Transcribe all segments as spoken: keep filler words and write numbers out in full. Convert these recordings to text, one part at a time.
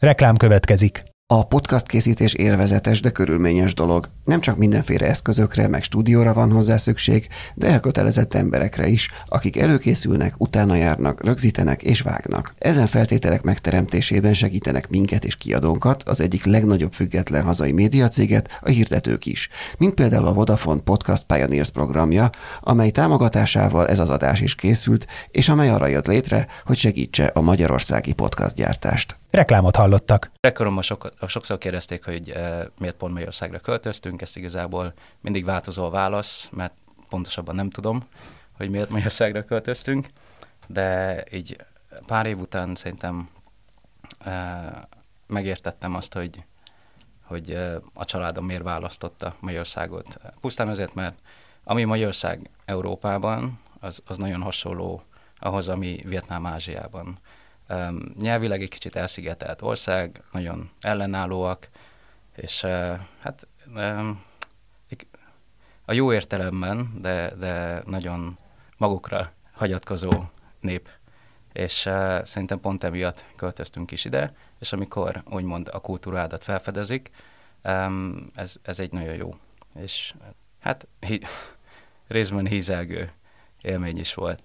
Reklám következik. A podcast készítés élvezetes, de körülményes dolog. Nem csak mindenféle eszközökre, meg stúdióra van hozzá szükség, de elkötelezett emberekre is, akik előkészülnek, utána járnak, rögzítenek és vágnak. Ezen feltételek megteremtésében segítenek minket és kiadónkat, az egyik legnagyobb független hazai médiacéget, a hirdetők is. Mint például a Vodafone Podcast Pioneers programja, amely támogatásával ez az adás is készült, és amely arra jött létre, hogy segítse a magyarországi podcast gyártást. Reklámot hallottak. Gyerekkoromban sok, sokszor kérdezték, hogy e, miért pont Magyarországra költöztünk, ezt igazából mindig változó a válasz, mert pontosabban nem tudom, hogy miért Magyarországra költöztünk, de így pár év után szerintem e, megértettem azt, hogy, hogy e, a családom miért választotta Magyarországot. Pusztán azért, mert ami Magyarország Európában, az, az nagyon hasonló ahhoz, ami Vietnám Ázsiában. Um, nyelvileg egy kicsit elszigetelt ország, nagyon ellenállóak, és uh, hát um, a jó értelemben, de, de nagyon magukra hagyatkozó nép. És uh, szerintem pont emiatt költöztünk is ide, és amikor úgymond a kultúrádat felfedezik, um, ez, ez egy nagyon jó. És hát hi, részben hízelgő élmény is volt.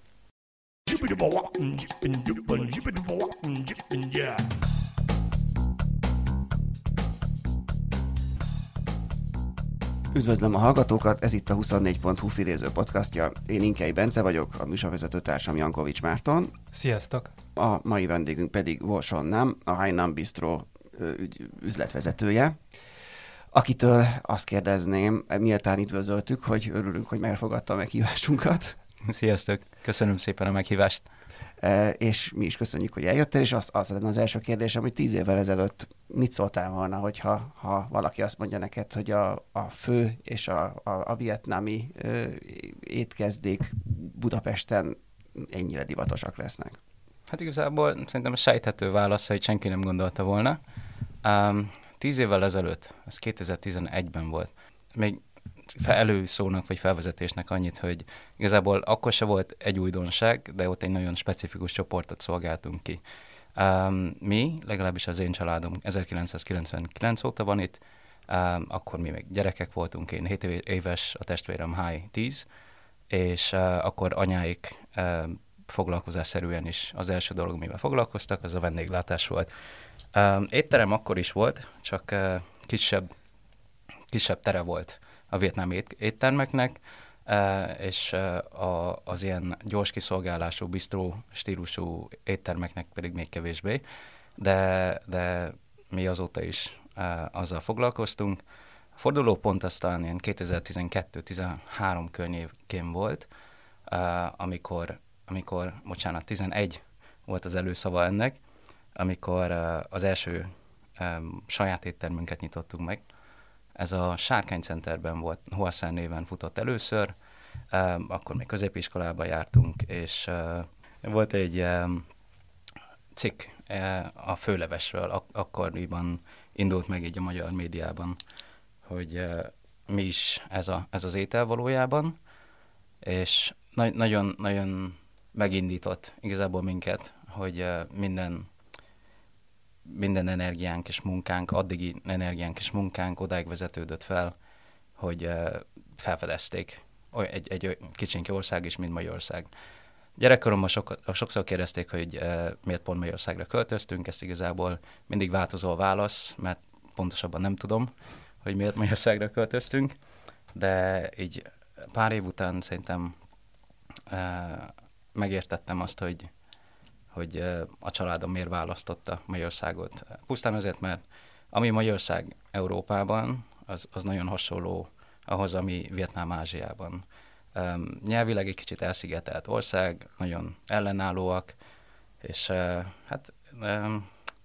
Üdvözlöm a hallgatókat, ez itt a huszonnégy pont hu filéző podcastja. Én Inkei Bence vagyok, a műsorvezető társam Jankovics Márton. Sziasztok! A mai vendégünk pedig Volson Nam, a Hainan Bistro üzletvezetője, akitől azt kérdezném, miután üdvözöltük, hogy örülünk, hogy elfogadta a meghívásunkat. Sziasztok! Köszönöm szépen a meghívást! E, és mi is köszönjük, hogy eljöttél, és az, az lenne az első kérdésem, hogy tíz évvel ezelőtt mit szóltál volna, hogyha ha valaki azt mondja neked, hogy a, a fő és a, a, a vietnámi ö, étkezdék Budapesten ennyire divatosak lesznek? Hát igazából szerintem a sejthető válasz, hogy senki nem gondolta volna. Um, tíz évvel ezelőtt, ez kétezer-tizenegyben volt, még előszónak vagy felvezetésnek annyit, hogy igazából akkor se volt egy újdonság, de ott egy nagyon specifikus csoportot szolgáltunk ki. Um, mi, legalábbis az én családom ezerkilencszázkilencvenkilenc óta van itt, um, akkor mi még gyerekek voltunk, én hét éves, a testvérem Hai tíz, és uh, akkor anyáik uh, foglalkozásszerűen is az első dolog, mivel foglalkoztak, az a vendéglátás volt. Um, étterem akkor is volt, csak uh, kisebb, kisebb tere volt a vietnámi ét- éttermeknek, uh, és uh, a, az ilyen gyors kiszolgálású, bistró stílusú éttermeknek pedig még kevésbé, de, de mi azóta is uh, azzal foglalkoztunk. A fordulópont aztán ilyen kétezer-tizenkettő-tizenhárom környékén volt, uh, amikor, amikor, bocsánat, tizenegy volt az előszava ennek, amikor uh, az első um, saját éttermünket nyitottunk meg. Ez a Sárkány Centerben volt, Huasán néven futott először, um, akkor még középiskolában jártunk, és uh, volt egy um, cikk uh, a főlevesről, ak- akkoriban indult meg így a magyar médiában, hogy uh, mi is ez, a, ez az étel valójában, és na- nagyon, nagyon megindított igazából minket, hogy uh, minden minden energiánk és munkánk, addigi energiánk és munkánk odáig vezetődött fel, hogy uh, felfedezték egy, egy kicsinki ország is, mint Magyarország. Gyerekkoromban sok, sokszor kérdezték, hogy uh, miért pont Magyarországra költöztünk, ezt igazából mindig változó a válasz, mert pontosabban nem tudom, hogy miért Magyarországra költöztünk, de így pár év után szerintem uh, megértettem azt, hogy hogy a családom miért választotta Magyarországot. Pusztán azért, mert ami Magyarország Európában, az, az nagyon hasonló ahhoz, ami Vietnám Ázsiában. Um, nyelvileg egy kicsit elszigetelt ország, nagyon ellenállóak, és uh, hát um,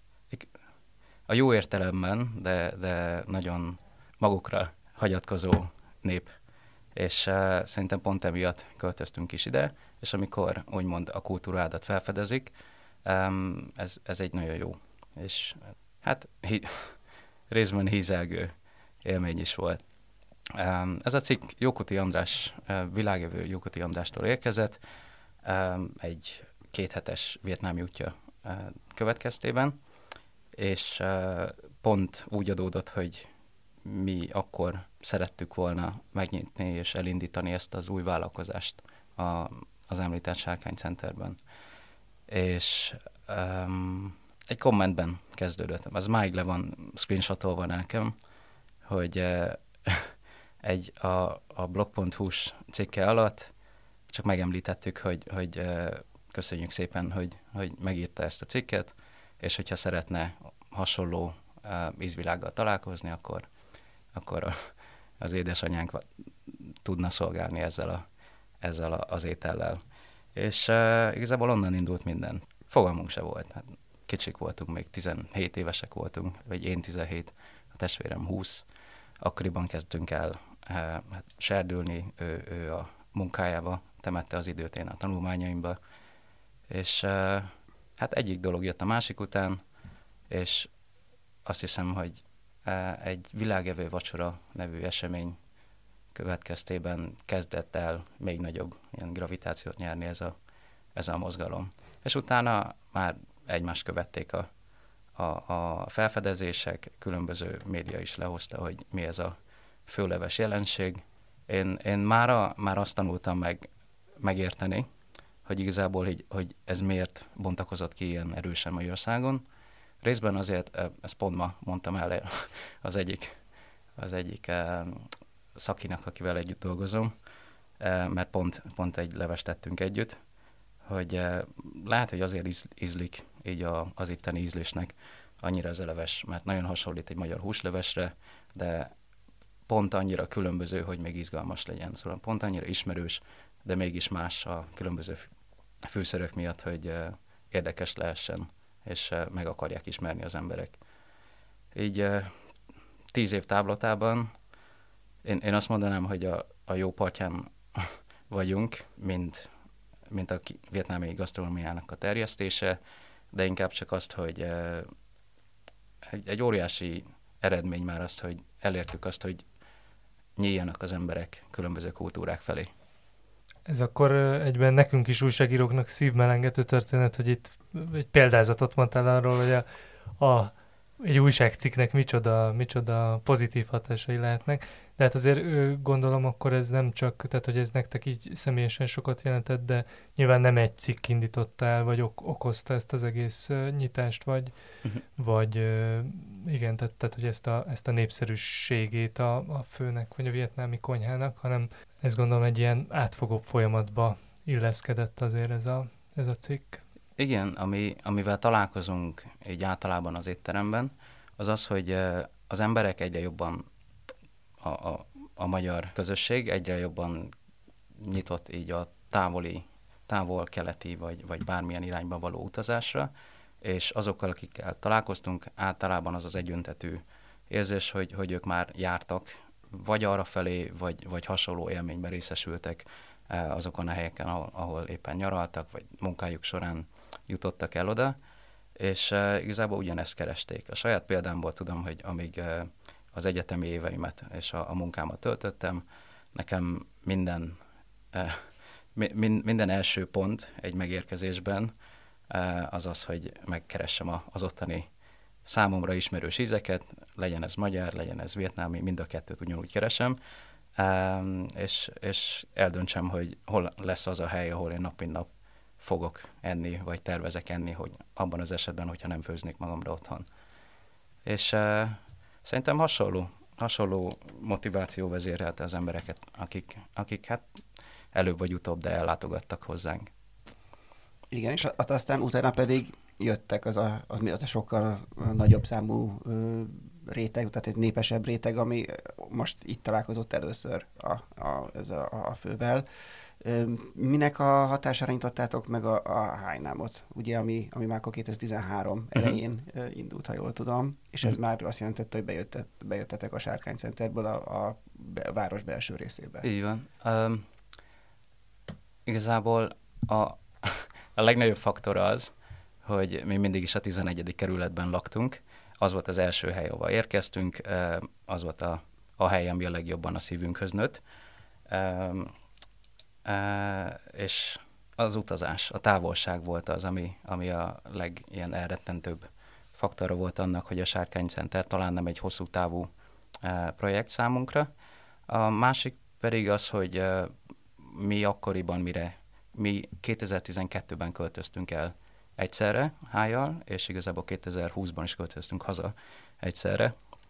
a jó értelemben, de, de nagyon magukra hagyatkozó nép. És uh, szerintem pont emiatt költöztünk is ide, és amikor úgymond a kultúrádat felfedezik, um, ez, ez egy nagyon jó. És hát hi, részben hízelgő élmény is volt. Um, ez a cikk Jókuti András, uh, világjövő Jókuti Andrástól érkezett, um, egy kéthetes vietnámi útja uh, következtében, és pont úgy adódott, hogy mi akkor szerettük volna megnyitni és elindítani ezt az új vállalkozást a, az említett Sárkány Centerben. És um, egy kommentben kezdődött, az máig le van screenshotolva nekem, hogy uh, egy a, a blog pont hu-s cikke alatt csak megemlítettük, hogy, hogy uh, köszönjük szépen, hogy, hogy megírta ezt a cikket, és hogyha szeretne hasonló uh, ízvilággal találkozni, akkor, akkor a, az édesanyánk tudna szolgálni ezzel, a, ezzel a, az étellel. És uh, igazából onnan indult minden. Fogalmunk se volt. Hát kicsik voltunk, még tizenhét évesek voltunk, vagy én tizenhét, a testvérem húsz. Akkoriban kezdtünk el uh, hát serdülni, ő, ő a munkájába temette az időt, én a tanulmányaimba. És uh, hát egyik dolog jött a másik után, és azt hiszem, hogy uh, egy világevő vacsora nevű esemény következtében kezdett el még nagyobb ilyen gravitációt nyerni ez a, ez a mozgalom. És utána már egymást követték a, a, a felfedezések, különböző média is lehozta, hogy mi ez a főleves jelenség. Én, én már, már azt tanultam meg, megérteni, hogy igazából, hogy, hogy ez miért bontakozott ki ilyen erősen Magyarországon. Részben azért, ezt pont ma mondtam el az egyik, az egyik szakinak, akivel együtt dolgozom, mert pont, pont egy levest tettünk együtt, hogy lehet, hogy azért íz, ízlik így a, az itteni ízlésnek annyira ez a leves, mert nagyon hasonlít egy magyar húslevesre, de pont annyira különböző, hogy még izgalmas legyen. Szóval pont annyira ismerős, de mégis más a különböző fűszerök miatt, hogy érdekes lehessen, és meg akarják ismerni az emberek. Így tíz év távlatában én, én azt mondanám, hogy a, a jó partján vagyunk, mint, mint a vietnámi gasztronómiának a terjesztése, de inkább csak azt, hogy egy, egy óriási eredmény már azt, hogy elértük azt, hogy nyíljanak az emberek különböző kultúrák felé. Ez akkor egyben nekünk is újságíróknak szívmelengető történet, hogy itt egy példázatot mondtál arról, hogy a, a, egy újságcikknek micsoda, micsoda pozitív hatásai lehetnek. De hát azért gondolom, akkor ez nem csak, tehát hogy ez nektek így személyesen sokat jelentett, de nyilván nem egy cikk indította el, vagy ok- okozta ezt az egész uh, nyitást, vagy, uh-huh. vagy uh, igen, tehát, tehát hogy ezt a, ezt a népszerűségét a, a főnek, vagy a vietnámi konyhának, hanem ezt gondolom egy ilyen átfogóbb folyamatba illeszkedett azért ez a, ez a cikk. Igen, ami, amivel találkozunk így általában az étteremben, az az, hogy uh, az emberek egyre jobban A, a, a magyar közösség egyre jobban nyitott így a távoli, távol-keleti vagy, vagy bármilyen irányba való utazásra, és azokkal, akikkel találkoztunk, általában az az egyöntetű érzés, hogy, hogy ők már jártak, vagy arra felé, vagy, vagy hasonló élményben részesültek azokon a helyeken, ahol, ahol éppen nyaraltak, vagy munkájuk során jutottak el oda, és uh, igazából ugyanezt keresték. A saját példámból tudom, hogy amíg uh, az egyetemi éveimet és a, a munkámat töltöttem, nekem minden, uh, mi, minden első pont egy megérkezésben uh, az az, hogy megkeressem a, az ottani számomra ismerős ízeket, legyen ez magyar, legyen ez vietnámi, mind a kettőt ugyanúgy keresem, um, és, és eldöntsem, hogy hol lesz az a hely, ahol én nap mint nap fogok enni, vagy tervezek enni, hogy abban az esetben, hogyha nem főznék magamra otthon. És uh, szerintem hasonló, hasonló motiváció vezérelte az embereket, akik, akik hát előbb vagy utóbb, de ellátogattak hozzánk. Igen, és aztán utána pedig jöttek az a, az, az a sokkal nagyobb számú ö, réteg, tehát egy népesebb réteg, ami most itt találkozott először a, a, ez a, a fővel. Minek a hatására nyitottátok meg a, a Hainámot, ugye, ami, ami már akkor kétezer-tizenhárom elején uh-huh. indult, ha jól tudom, és ez uh-huh. már azt jelentette, hogy bejöttet, bejöttetek a Sárkány Centerből a, a, a város belső részébe. Így van. Um, igazából a, a legnagyobb faktor az, hogy mi mindig is a tizenegyedik kerületben laktunk. Az volt az első hely, ahova érkeztünk, az volt a, a hely, ami a legjobban a szívünkhöz nőtt. Um, Uh, és az utazás, a távolság volt az, ami, ami a legilyen elrettentőbb faktora volt annak, hogy a Sárkány Center talán nem egy hosszú távú projekt számunkra. A másik pedig az, hogy mi akkoriban, mire mi kétezer-tizenkettőben költöztünk el egyszerre Hájjal, és igazából kétezer-húszban is költöztünk haza egyszerre.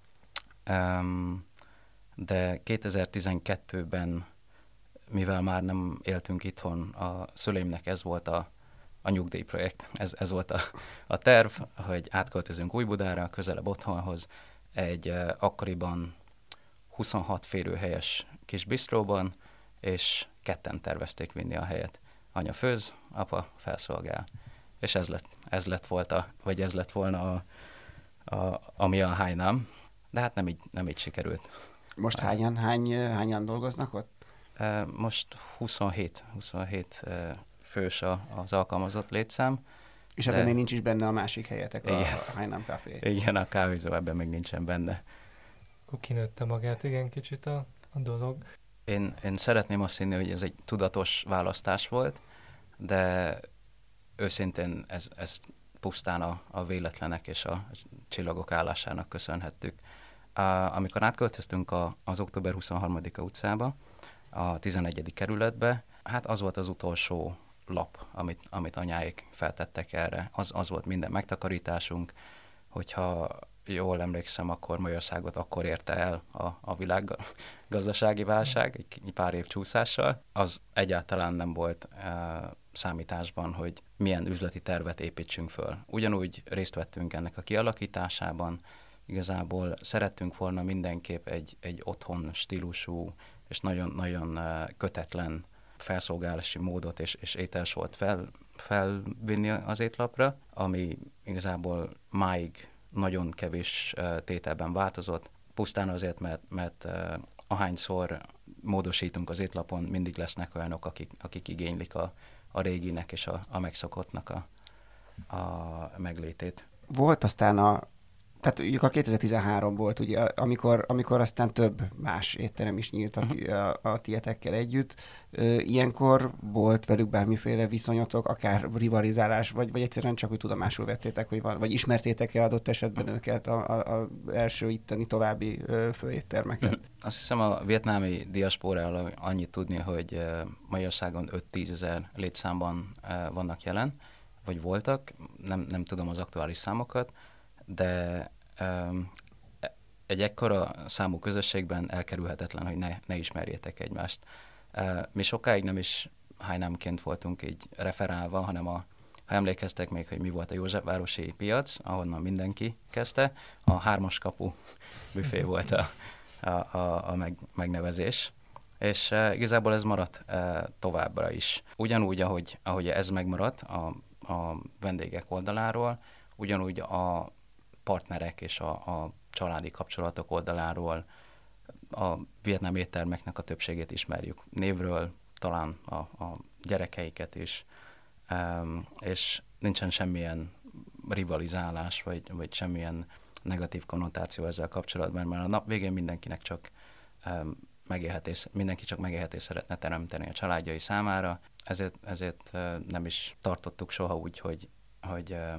Um, de kétezer-tizenkettőben, mivel már nem éltünk itthon, a szüleimnek ez volt a, a nyugdíjprojekt, ez, ez volt a, a terv, hogy átköltözünk Újbudára, közelebb otthonhoz, egy uh, akkoriban huszonhat férőhelyes kis bistróban, és ketten tervezték vinni a helyet. Anya főz, apa felszolgál. És ez lett, ez lett volt a, vagy ez lett volna a, a, ami a Hájnám. De hát nem így, nem így sikerült. Most hányan, hány, hányan dolgoznak ott? Most huszonhét, huszonhét fős az alkalmazott létszám. És ebben még nincs is benne a másik helyetek, igen. A Hájnám Café. Igen, a kávézó ebben még nincsen benne. Akkor kinőtte magát, igen, kicsit a, a dolog. Én, én szeretném azt hinni, hogy ez egy tudatos választás volt, de őszintén ez, ez pusztán a, a véletlenek és a csillagok állásának köszönhettük. Uh, amikor átköltöztünk a, az október huszonharmadika utcába, a tizenegyedik kerületbe, hát az volt az utolsó lap, amit, amit anyáik feltettek erre. Az, az volt minden megtakarításunk, hogyha jól emlékszem, akkor Magyarországot akkor érte el a, a világgazdasági válság, egy pár év csúszással. Az egyáltalán nem volt uh, számításban, hogy milyen üzleti tervet építsünk föl. Ugyanúgy részt vettünk ennek a kialakításában, igazából szerettünk volna mindenképp egy, egy otthon stílusú és nagyon-nagyon kötetlen felszolgálási módot és, és ételsort fel, felvinni az étlapra, ami igazából máig nagyon kevés tételben változott, pusztán azért, mert, mert ahányszor módosítunk az étlapon, mindig lesznek olyanok, akik, akik igénylik a, a réginek és a, a megszokottnak a, a meglétét. Volt aztán a Tehát ugye a kétezer-tizenhárom volt, ugye, amikor, amikor aztán több más étterem is nyílt a, a, a tietekkel együtt. Ilyenkor volt velük bármiféle viszonyotok, akár rivalizálás, vagy, vagy egyszerűen csak úgy tudomásul vettétek, hogy van, vagy ismertétek-e adott esetben őket, az első itteni további főéttermeket? Azt hiszem, a vietnámi diaszporáról annyit tudni, hogy Magyarországon öt-tíz ezer létszámban vannak jelen, vagy voltak, nem, nem tudom az aktuális számokat, de um, egy ekkora számú közösségben elkerülhetetlen, hogy ne, ne ismerjétek egymást. Uh, mi sokáig nem is Hájnámként voltunk így referálva, hanem a, ha emlékeztek még, hogy mi volt a Józsefvárosi piac, ahonnan mindenki kezdte, a hármas kapu büfé volt a, a, a, a meg, megnevezés. És uh, igazából ez maradt uh, továbbra is. Ugyanúgy, ahogy, ahogy ez megmaradt a, a vendégek oldaláról, ugyanúgy a partnerek és a, a családi kapcsolatok oldaláról a vietnám éttermeknek a többségét ismerjük névről, talán a, a gyerekeiket is, um, és nincsen semmilyen rivalizálás, vagy, vagy semmilyen negatív konnotáció ezzel kapcsolatban, mert a nap végén mindenkinek csak um, megélhetés, mindenki csak megélhetést szeretne teremteni a családjai számára, ezért, ezért uh, nem is tartottuk soha úgy, hogy, hogy uh,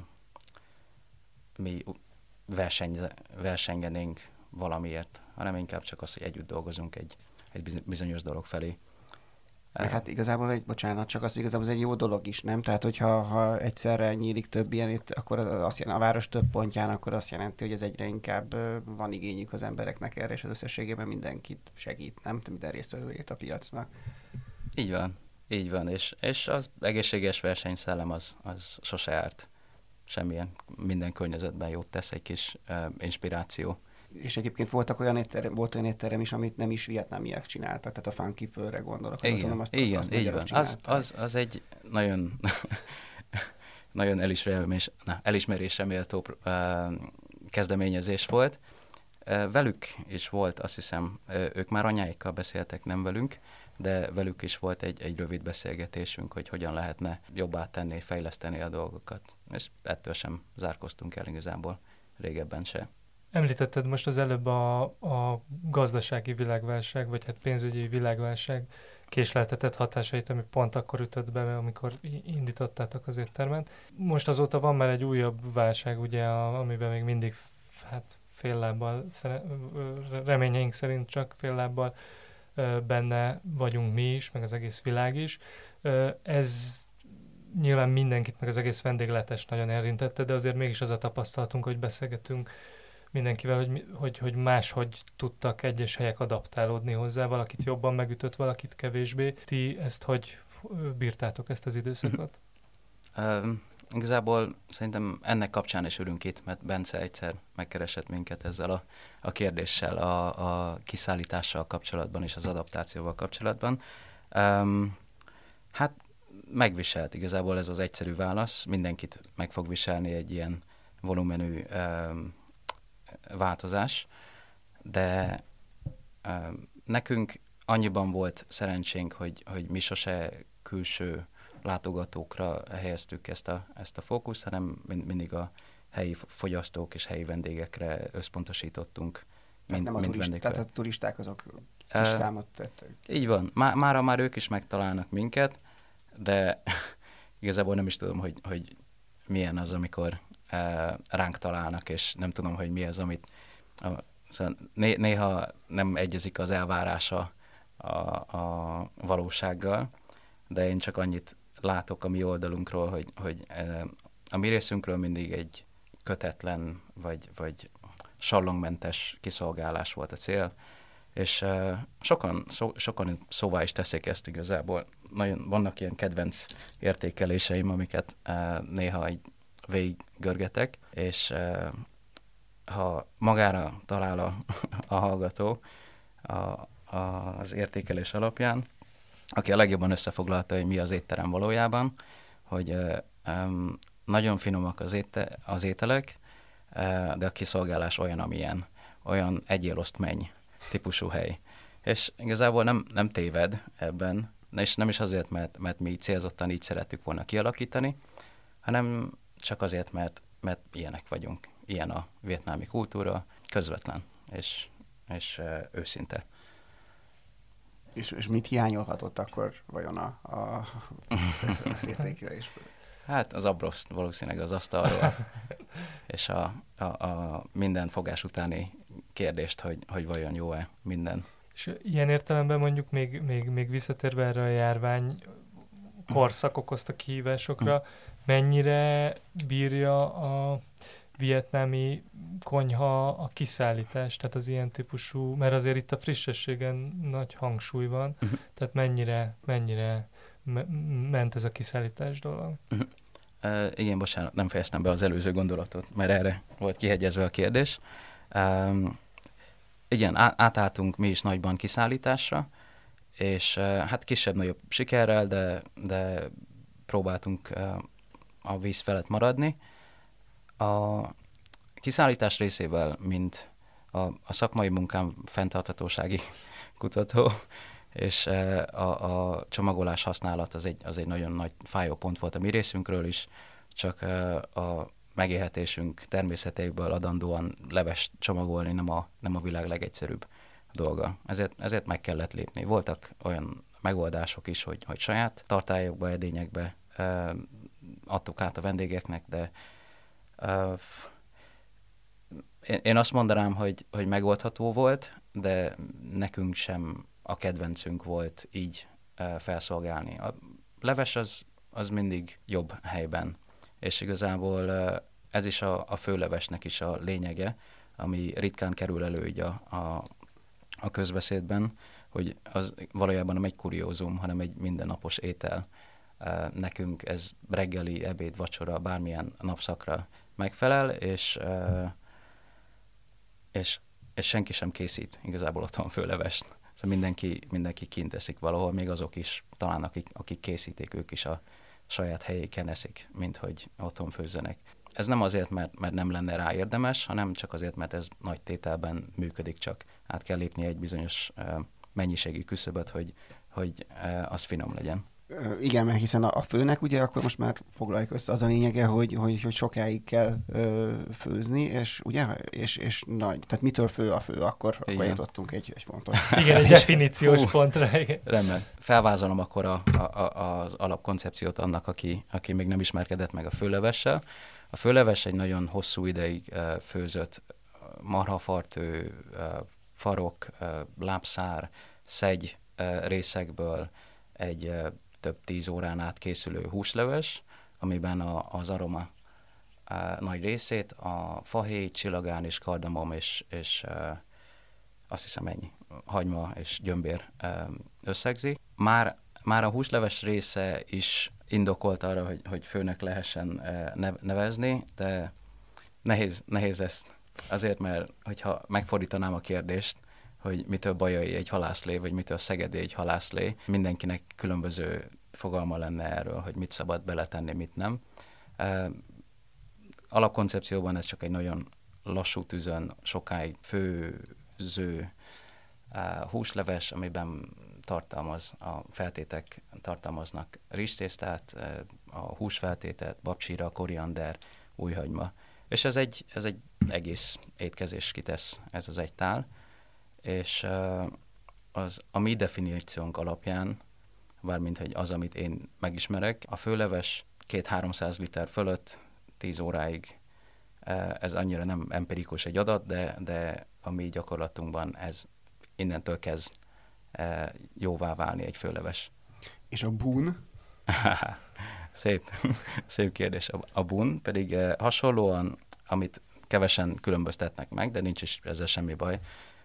mi verseny, versengenénk valamiért, hanem inkább csak az, hogy együtt dolgozunk egy, egy bizonyos dolog felé. Meg hát igazából egy, bocsánat, csak az igazából ez egy jó dolog is, nem? Tehát, hogyha ha egyszerre nyílik több ilyen, itt, akkor azt jelenti, a város több pontján, akkor azt jelenti, hogy ez egyre inkább van igényük az embereknek erre, és az összességében mindenkit segít, nem? Minden résztvevőjét a piacnak. Így van, így van, és, és az egészséges versenyszellem az, az sose árt. Semmilyen, minden környezetben jót tesz egy kis uh, inspiráció. És egyébként voltak olyan étterem, volt olyan étterem is, amit nem is vietnámiak csináltak, tehát a Funky Főre gondolok. Igen, tudom, azt, igen, azt, azt így van. Az, az, az egy nagyon, nagyon elismerés, na, elismerésre méltó uh, kezdeményezés volt. Uh, velük is volt, azt hiszem, uh, ők már anyáikkal beszéltek, nem velünk, de velük is volt egy, egy rövid beszélgetésünk, hogy hogyan lehetne jobbá tenni, fejleszteni a dolgokat. És ettől sem zárkoztunk el igazából régebben se. Említetted most az előbb a, a gazdasági világválság, vagy hát pénzügyi világválság késleltetett hatásait, ami pont akkor ütött be, amikor indítottátok az éttermet. Most azóta van már egy újabb válság, ugye, a, amiben még mindig hát fél lábbal, reményeink szerint csak fél lábbal benne vagyunk mi is, meg az egész világ is. Ez nyilván mindenkit, meg az egész vendéglátás nagyon érintette, de azért mégis az a tapasztalatunk, hogy beszélgetünk mindenkivel, hogy, hogy, hogy máshogy tudtak egyes helyek adaptálódni hozzá, valakit jobban megütött, valakit kevésbé. Ti ezt hogy bírtátok, ezt az időszakot? Uh, igazából szerintem ennek kapcsán is ülünk itt, mert Bence egyszer megkeresett minket ezzel a, a kérdéssel, a, a kiszállítással kapcsolatban és az adaptációval kapcsolatban. Um, hát megviselt igazából ez az egyszerű válasz, mindenkit meg fog viselni egy ilyen volumenű um, változás, de um, nekünk annyiban volt szerencsénk, hogy, hogy mi sose külső látogatókra helyeztük ezt a, ezt a fókuszt, hanem mind, mindig a helyi fogyasztók és helyi vendégekre összpontosítottunk. Mind, nem a, mind turist, tehát a turisták azok kis uh, számot tettek. Így van. Má, mára már ők is megtalálnak minket, de igazából nem is tudom, hogy, hogy milyen az, amikor uh, ránk találnak, és nem tudom, hogy mi az, amit uh, szóval né, néha nem egyezik az elvárása a, a valósággal, de én csak annyit látok a mi oldalunkról, hogy, hogy uh, a mi részünkről mindig egy kötetlen, vagy, vagy sallongmentes kiszolgálás volt a cél, és uh, sokan, szó, sokan szóvá is teszik ezt igazából. Nagyon vannak ilyen kedvenc értékeléseim, amiket uh, néha így végiggörgetek, és uh, ha magára talál a, a hallgató a, a, az értékelés alapján, aki a legjobban összefoglalta, hogy mi az étterem valójában, hogy uh, um, nagyon finomak az, éte, az ételek, uh, de a kiszolgálás olyan, amilyen, olyan egyél oszt menj típusú hely. És igazából nem, nem téved ebben, és nem is azért, mert, mert mi célzottan így szerettük volna kialakítani, hanem csak azért, mert, mert ilyenek vagyunk. Ilyen a vietnámi kultúra, közvetlen és, és uh, őszinte. És, és mit hiányolhatott akkor vajon a, a, az értékelésből? Hát az abroszt valószínűleg az asztalról, és a, a, a minden fogás utáni kérdést, hogy, hogy vajon jó-e minden. És ilyen értelemben mondjuk még, még, még visszatérve erre a járvány korszak okozta kihívásokra, mennyire bírja a vietnámi konyha a kiszállítást, tehát az ilyen típusú, mert azért itt a frissességen nagy hangsúly van, uh-huh. tehát mennyire, mennyire me- ment ez a kiszállítás dolog? Uh-huh. Uh, igen, bocsánat, nem fejeztem be az előző gondolatot, mert erre volt kihegyezve a kérdés. Um, igen, á- átálltunk mi is nagyban kiszállításra, és uh, hát kisebb-nagyobb sikerrel, de, de próbáltunk uh, a víz felett maradni. A kiszállítás részével, mint a, a szakmai munkám fenntarthatósági kutató, és a, a csomagolás használat az egy, az egy nagyon nagy fájó pont volt a mi részünkről is, csak a megélhetésünk természetéből adandóan leves csomagolni nem a, nem a világ legegyszerűbb dolga. Ezért, ezért meg kellett lépni. Voltak olyan megoldások is, hogy, hogy saját tartályokba, edényekbe adtuk át a vendégeknek, de Uh, én, én azt mondanám, hogy, hogy megoldható volt, de nekünk sem a kedvencünk volt így uh, felszolgálni. A leves az, az mindig jobb helyben, és igazából uh, ez is a, a főlevesnek is a lényege, ami ritkán kerül elő így a, a, a közbeszédben, hogy az valójában nem egy kuriózum, hanem egy mindennapos étel. Uh, nekünk ez reggeli, ebéd, vacsora, bármilyen napszakra megfelel, és, uh, és, és senki sem készít igazából otthon főlevest. Szóval mindenki, mindenki kint eszik valahol, még azok is, talán akik, akik készítik, ők is a saját helyéken eszik, mint hogy otthon főzzenek. Ez nem azért, mert, mert nem lenne rá érdemes, hanem csak azért, mert ez nagy tételben működik, csak át kell lépni egy bizonyos uh, mennyiségi küszöböt, hogy, hogy uh, az finom legyen. Igen, mert hiszen a, a főnek ugye akkor most már foglaljuk össze, az a lényege, hogy, hogy, hogy sokáig kell ö, főzni, és ugye, és, és nagy, tehát mitől fő a fő, akkor, akkor jutottunk egy, egy fontos. Igen, egy definíciós Hú, pontra. Igen. Rendben. Felvázolom akkor a, a, a, az alapkoncepciót annak, aki, aki még nem ismerkedett meg a főlevessel. A főleves egy nagyon hosszú ideig uh, főzött marhafartő, uh, farok, uh, lábszár, szegy uh, részekből egy uh, több tíz órán át készülő húsleves, amiben a, az aroma uh, nagy részét a fahéj, csillagán és kardamom és, és uh, azt hiszem ennyi, hagyma és gyömbér uh, összegzi. Már, már a húsleves része is indokolt arra, hogy, hogy főnek lehessen uh, nevezni, de nehéz, nehéz ezt azért, mert hogyha megfordítanám a kérdést, hogy mitől Bajai egy halászlé, vagy mitől Szegedi egy halászlé, mindenkinek különböző fogalma lenne erről, hogy mit szabad beletenni, mit nem. Uh, alapkoncepcióban ez csak egy nagyon lassú tűzön, sokáig főző uh, húsleves, amiben tartalmaz, a feltétek tartalmaznak rizstésztát, uh, a húsfeltétet, babcsíra, koriander, újhagyma. És ez egy, ez egy egész étkezés kitesz, ez az egy tál. És uh, az a mi definíciónk alapján, bármint, hogy az, amit én megismerek, a főleves két-háromszáz liter fölött tíz óráig, uh, ez annyira nem empirikus egy adat, de, de a mi gyakorlatunkban ez innentől kezd uh, jóvá válni egy főleves. És a bun? Szép, szép kérdés. A, a bun pedig uh, hasonlóan, amit kevesen különböztetnek meg, de nincs is ezzel semmi baj.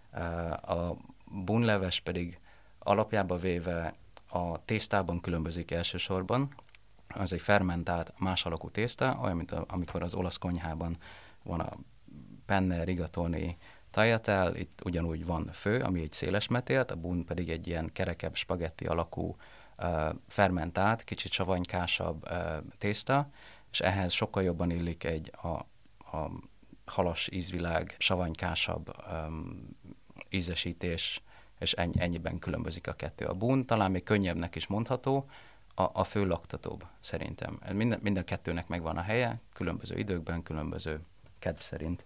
A bunleves pedig alapjába véve a tésztában különbözik elsősorban. Az egy fermentált, más alakú tészta, olyan, mint a, amikor az olasz konyhában van a penne, rigatoni, tagliatelle, itt ugyanúgy van fő, ami egy széles metélt, a bun pedig egy ilyen kerekebb, spagetti alakú, uh, fermentált, kicsit savanykásabb uh, tészta, és ehhez sokkal jobban illik egy a, a halas ízvilág, savanykásabb um, ízesítés, és ennyi, ennyiben különbözik a kettő. A bun talán még könnyebbnek is mondható, a, a fő laktatóbb szerintem. Minden, minden kettőnek megvan a helye, különböző időkben, különböző kedv szerint.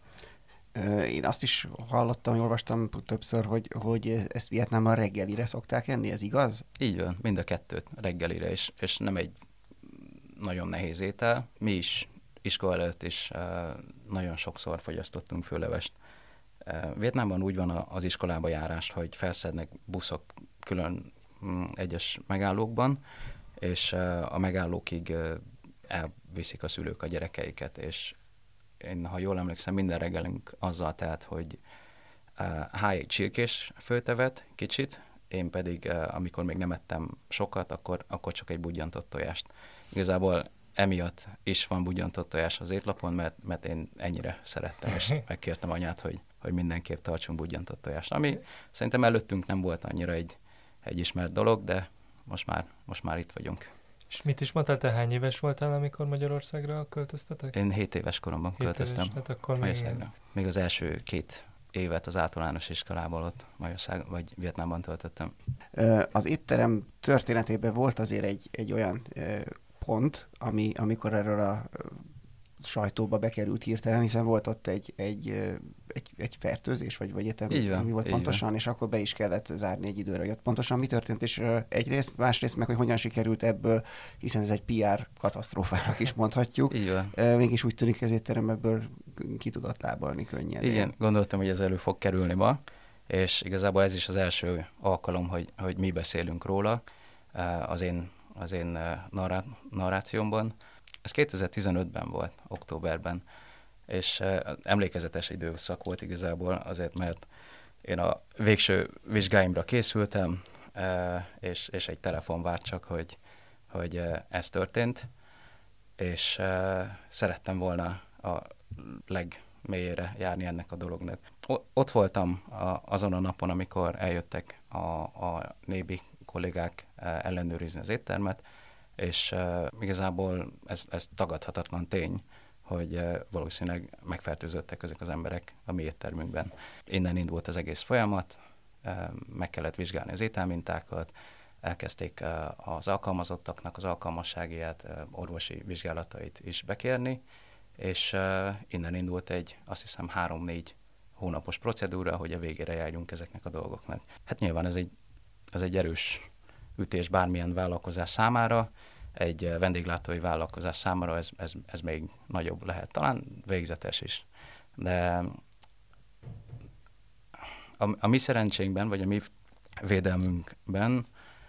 Én azt is hallottam, olvastam többször, hogy, hogy ezt Vietnámban reggelire szokták enni, ez igaz? Így van, mind a kettőt reggelire, és, és nem egy nagyon nehéz étel. Mi is iskola előtt is uh, nagyon sokszor fogyasztottunk főlevest. Uh, Vietnámban úgy van az iskolába járás, hogy felszednek buszok külön um, egyes megállókban, és uh, a megállókig uh, elviszik a szülők a gyerekeiket, és én, ha jól emlékszem, minden reggelünk azzal telt, hogy uh, háj egy csirkés főtevet kicsit, én pedig, uh, amikor még nem ettem sokat, akkor, akkor csak egy budjantott tojást. Igazából emiatt is van budjantott tojás az étlapon, mert, mert én ennyire szerettem, és megkértem anyát, hogy, hogy mindenképp tartsunk budjantott tojást. Ami szerintem előttünk nem volt annyira egy, egy ismert dolog, de most már, most már itt vagyunk. És mit is mondtál, te hány éves voltál, amikor Magyarországra költöztetek? Én hét éves koromban hét költöztem éves, hát akkor Magyarországra. Még az első két évet az általános iskolából ott Magyarország, vagy Vietnámban töltöttem. Az étterem történetében volt azért egy, egy olyan pont, ami, amikor erről a sajtóba bekerült hirtelen, hiszen volt ott egy, egy, egy, egy fertőzés, vagy, vagy értem, mi volt pontosan, van. És akkor be is kellett zárni egy időre, hogy ott pontosan mi történt, és egyrészt, másrészt meg, hogy hogyan sikerült ebből, hiszen ez egy pé er katasztrófának is mondhatjuk. Mégis úgy tűnik, hogy az étterem ebből ki tudott lábalni könnyen. Igen, gondoltam, hogy ez elő fog kerülni ma, és igazából ez is az első alkalom, hogy, hogy mi beszélünk róla az én, az én narrá, narrációmban. Ez kétezer-tizenötben volt, októberben, és uh, emlékezetes időszak volt igazából, azért, mert én a végső vizsgáimra készültem, uh, és, és egy telefon várt csak, hogy, hogy uh, ez történt, és uh, szerettem volna a legmélyére járni ennek a dolognak. O- ott voltam a, azon a napon, amikor eljöttek a, a nébi kollégák uh, ellenőrizni az éttermet, és uh, igazából ez, ez tagadhatatlan tény, hogy uh, valószínűleg megfertőzöttek ezek az emberek a mi éttermünkben. Innen indult az egész folyamat, uh, meg kellett vizsgálni az ételmintákat, elkezdték az alkalmazottaknak az alkalmasságát, orvosi vizsgálatait is bekérni, és innen indult egy, azt hiszem, három-négy hónapos procedúra, hogy a végére járjunk ezeknek a dolgoknak. Hát nyilván ez egy, ez egy erős ütés bármilyen vállalkozás számára, egy vendéglátói vállalkozás számára ez, ez, ez még nagyobb lehet, talán végzetes is. De a, a mi szerencsénkben, vagy a mi védelmünkben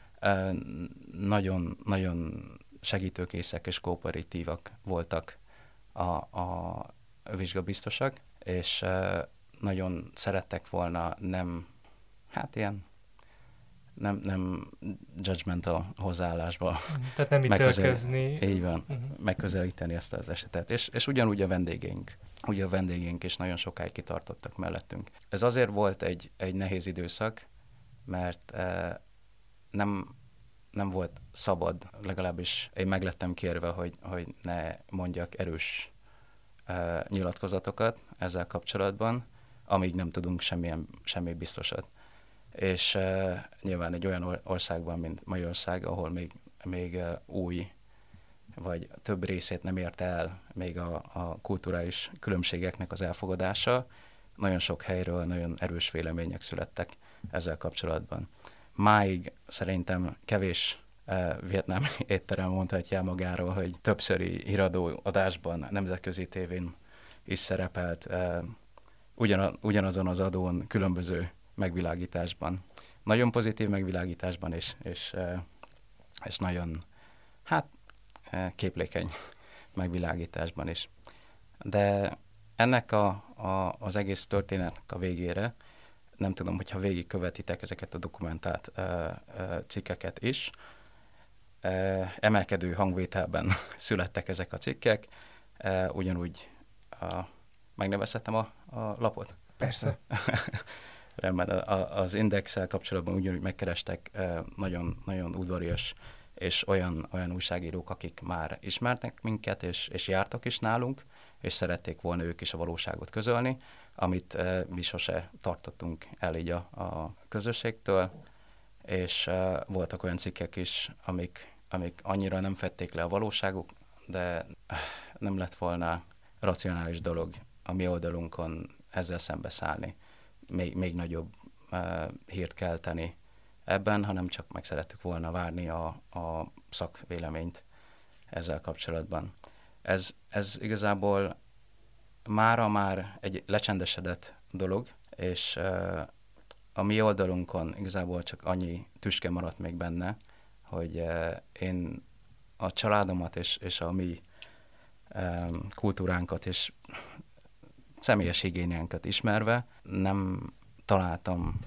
nagyon, nagyon segítőkészek és kooperatívak voltak a, a vizsgabiztosak, és nagyon szerettek volna nem, hát ilyen, nem, nem judgmental hozzáállásba. Tehát nem ítélkezni. Így van, uh-huh. megközelíteni ezt az esetet. És, és ugyanúgy a vendégeink. Ugye a vendégeink is nagyon sokáig kitartottak mellettünk. Ez azért volt egy, egy nehéz időszak, mert eh, nem, nem volt szabad, legalábbis én meglettem kérve, hogy, hogy ne mondjak erős eh, nyilatkozatokat ezzel kapcsolatban, amíg nem tudunk semmilyen, semmi biztosat. És uh, nyilván egy olyan országban, mint Magyarország, ahol még, még uh, új, vagy több részét nem érte el még a, a kulturális különbségeknek az elfogadása, nagyon sok helyről nagyon erős vélemények születtek ezzel kapcsolatban. Máig szerintem kevés uh, vietnámi étterem mondhatja magáról, hogy többszöri híradó adásban, nemzetközi tévén is szerepelt, uh, ugyan, ugyanazon az adón különböző megvilágításban. Nagyon pozitív megvilágításban, és, és, és nagyon, hát, képlékeny megvilágításban is. De ennek a, a, az egész történetnek a végére, nem tudom, hogyha végigkövetitek ezeket a dokumentált uh, uh, cikkeket is, uh, emelkedő hangvételben születtek ezek a cikkek, uh, ugyanúgy uh, megnevezhetem a, a lapot? Persze. Rendben, az Indexsel kapcsolatban ugyanúgy megkerestek nagyon, nagyon udvarias és olyan, olyan újságírók, akik már ismertek minket, és, és jártak is nálunk, és szerették volna ők is a valóságot közölni, amit mi sose tartottunk el így a, a közösségtől, és voltak olyan cikkek is, amik, amik annyira nem fedték le a valóságuk, de nem lett volna racionális dolog a mi oldalunkon ezzel szembeszállni. Még, még nagyobb uh, hírt kelteni ebben, hanem csak meg szerettük volna várni a, a szakvéleményt ezzel kapcsolatban. Ez, ez igazából mára már egy lecsendesedett dolog, és uh, a mi oldalunkon igazából csak annyi tüske maradt még benne, hogy uh, én a családomat és, és a mi um, kultúránkat és személyes higiéniánkat ismerve nem találtam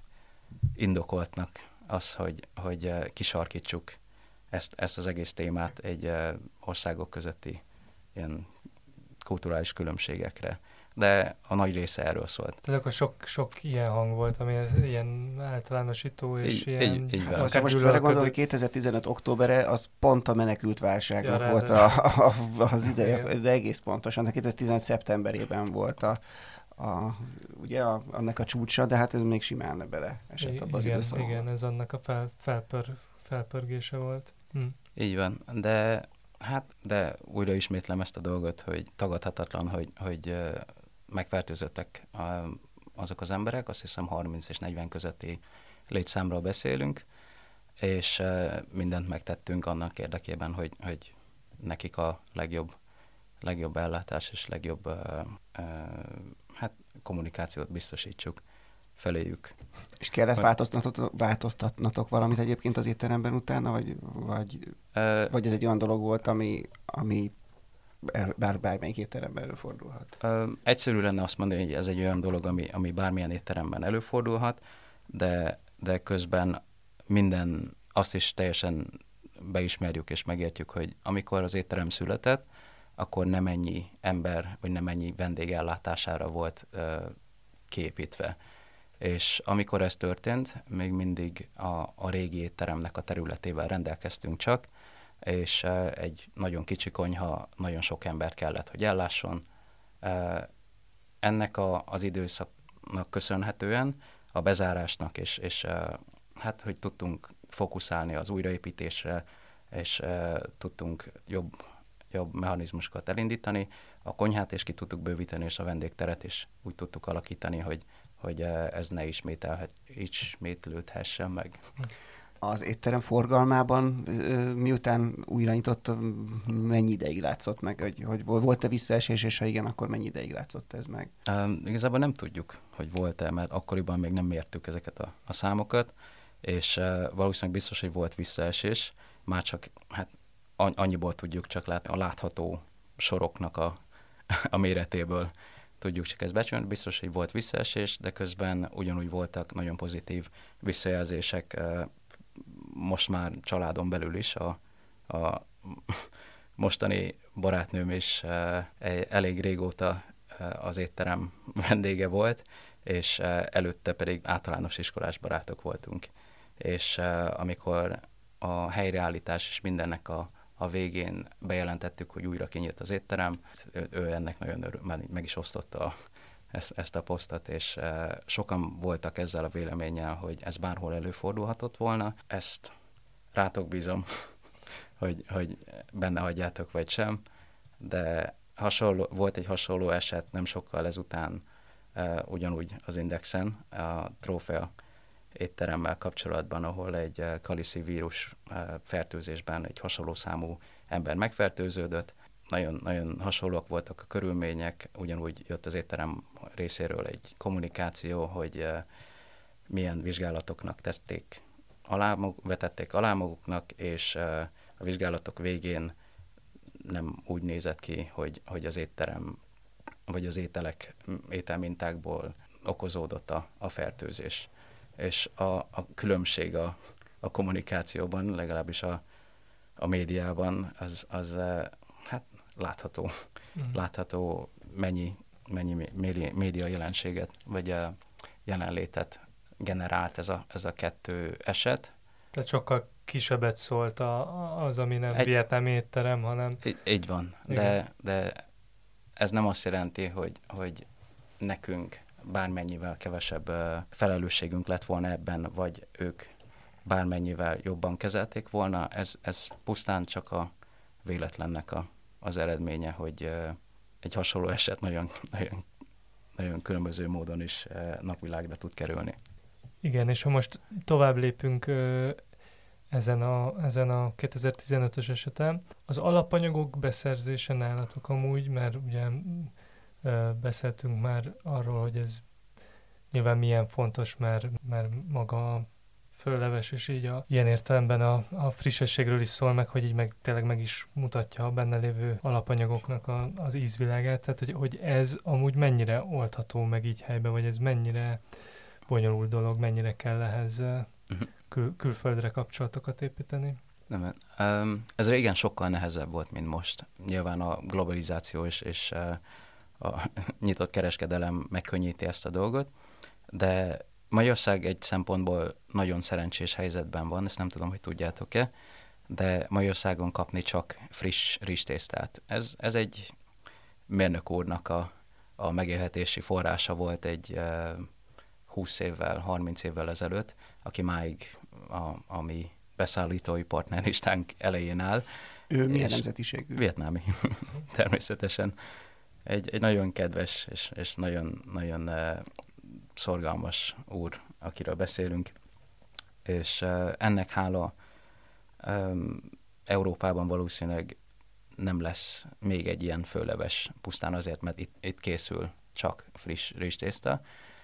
indokoltnak az, hogy, hogy kisarkítsuk ezt, ezt az egész témát egy országok közötti ilyen kulturális különbségekre. De a nagy része erről szólt. Tehát akkor sok, sok ilyen hang volt, ami ez ilyen általánosító, és így, ilyen... Így, így hát, ha most vele gondolom, hogy kétezer-tizenöt októbere, az pont a menekült válságnak ja, volt a, a, az ideje, igen. De egész pontosan. kétezer-tizenöt szeptemberében volt a, a, ugye a, annak a csúcsa, de hát ez még simán bele esett abban az időszakban. Igen, ez annak a fel, felpör, felpörgése volt. Hm. Így van, de hát, de újra ismétlem ezt a dolgot, hogy tagadhatatlan, hogy, hogy megfertőzöttek azok az emberek, azt hiszem harminc és negyven közötti létszámról beszélünk, és mindent megtettünk annak érdekében, hogy, hogy nekik a legjobb, legjobb ellátás és legjobb hát, kommunikációt biztosítsuk feléjük. És kellett változtatnatok, változtatnatok valamit egyébként az étteremben utána, vagy, vagy, uh, vagy ez egy olyan dolog volt, ami, ami bár bármelyik étteremben előfordulhat? Uh, egyszerű lenne azt mondani, hogy ez egy olyan dolog, ami, ami bármilyen étteremben előfordulhat, de, de közben minden, azt is teljesen beismerjük és megértjük, hogy amikor az étterem született, akkor nem ennyi ember, vagy nem ennyi vendég ellátására volt uh, kiépítve. És amikor ez történt, még mindig a, a régi étteremnek a területével rendelkeztünk csak, és uh, egy nagyon kicsi konyha nagyon sok embert kellett, hogy ellásson. Uh, ennek a, az időszaknak köszönhetően, a bezárásnak, és, és uh, hát, hogy tudtunk fókuszálni az újraépítésre, és uh, tudtunk jobb, jobb mechanizmusokat elindítani. A konyhát is ki tudtuk bővíteni, és a vendégteret is úgy tudtuk alakítani, hogy, hogy uh, ez ne ismételhet, ismétlődhessen meg. Az étterem forgalmában, miután újra nyitott, mennyi ideig látszott meg? Hogy, hogy volt-e visszaesés, és ha igen, akkor mennyi ideig látszott ez meg? Um, igazából nem tudjuk, hogy volt-e, mert akkoriban még nem mértük ezeket a, a számokat, és uh, valószínűleg biztos, hogy volt visszaesés, már csak hát annyiból tudjuk csak látni, a látható soroknak a, a méretéből tudjuk csak ezt becsülni. Biztos, hogy volt visszaesés, de közben ugyanúgy voltak nagyon pozitív visszajelzések, most már családon belül is. A, a mostani barátnőm is elég régóta az étterem vendége volt, és előtte pedig általános iskolás barátok voltunk. És amikor a helyreállítás és mindennek a, a végén bejelentettük, hogy újra kinyílt az étterem, ő, ő ennek nagyon örül, meg is osztotta a, ezt, ezt a posztot, és e, sokan voltak ezzel a véleménnyel, hogy ez bárhol előfordulhatott volna. Ezt rátok bízom, hogy, hogy benne hagyjátok vagy sem, de hasonló, volt egy hasonló eset nem sokkal ezután e, ugyanúgy az Indexen, a Trófea étteremmel kapcsolatban, ahol egy kaliszi vírus fertőzésben egy hasonló számú ember megfertőződött. Nagyon, nagyon hasonlóak voltak a körülmények, ugyanúgy jött az étterem részéről egy kommunikáció, hogy milyen vizsgálatoknak tették alá, vetették alá maguknak, és a vizsgálatok végén nem úgy nézett ki, hogy, hogy az étterem vagy az ételek, ételmintákból okozódott a, a fertőzés. És a, a különbség a, a kommunikációban, legalábbis a, a médiában, az, az hát látható, mm. látható mennyi, mennyi média jelenséget, vagy a jelenlétet generált ez a, ez a kettő eset. Tehát sokkal kisebbet szólt a, az, ami nem egy, vietnámi étterem, hanem... Így, így van, de, de ez nem azt jelenti, hogy, hogy nekünk bármennyivel kevesebb uh, felelősségünk lett volna ebben, vagy ők bármennyivel jobban kezelték volna. Ez, ez pusztán csak a véletlennek a, az eredménye, hogy uh, egy hasonló eset nagyon, nagyon, nagyon különböző módon is uh, napvilágra tud kerülni. Igen, és ha most tovább lépünk uh, ezen a, ezen a kétezer-tizenötös eseten, az alapanyagok beszerzése nálatok amúgy, mert ugye beszéltünk már arról, hogy ez nyilván milyen fontos, mert, mert maga a fölleves, és így a, ilyen értelemben a, a frissességről is szól meg, hogy így meg, tényleg meg is mutatja a benne lévő alapanyagoknak a, az ízvilágát. Tehát, hogy, hogy ez amúgy mennyire oldható meg így helyben, vagy ez mennyire bonyolult dolog, mennyire kell ehhez kül, külföldre kapcsolatokat építeni? Nem, um, ez régen sokkal nehezebb volt, mint most. Nyilván a globalizáció és, és uh, a nyitott kereskedelem megkönnyíti ezt a dolgot, de Magyarország egy szempontból nagyon szerencsés helyzetben van, ezt nem tudom, hogy tudjátok-e, de Magyarországon kapni csak friss rizstésztát. Ez, ez egy mérnök úrnak a, a megélhetési forrása volt egy uh, húsz évvel, harminc évvel ezelőtt, aki máig a, a mi beszállítói partnerlistánk elején áll. Ő milyen nemzetiségű? Vietnámi, természetesen. Egy, egy nagyon kedves és, és nagyon, nagyon uh, szorgalmas úr, akiről beszélünk, és uh, ennek hála um, Európában valószínűleg nem lesz még egy ilyen fölleves, pusztán azért, mert itt, itt készül csak friss rizstészta.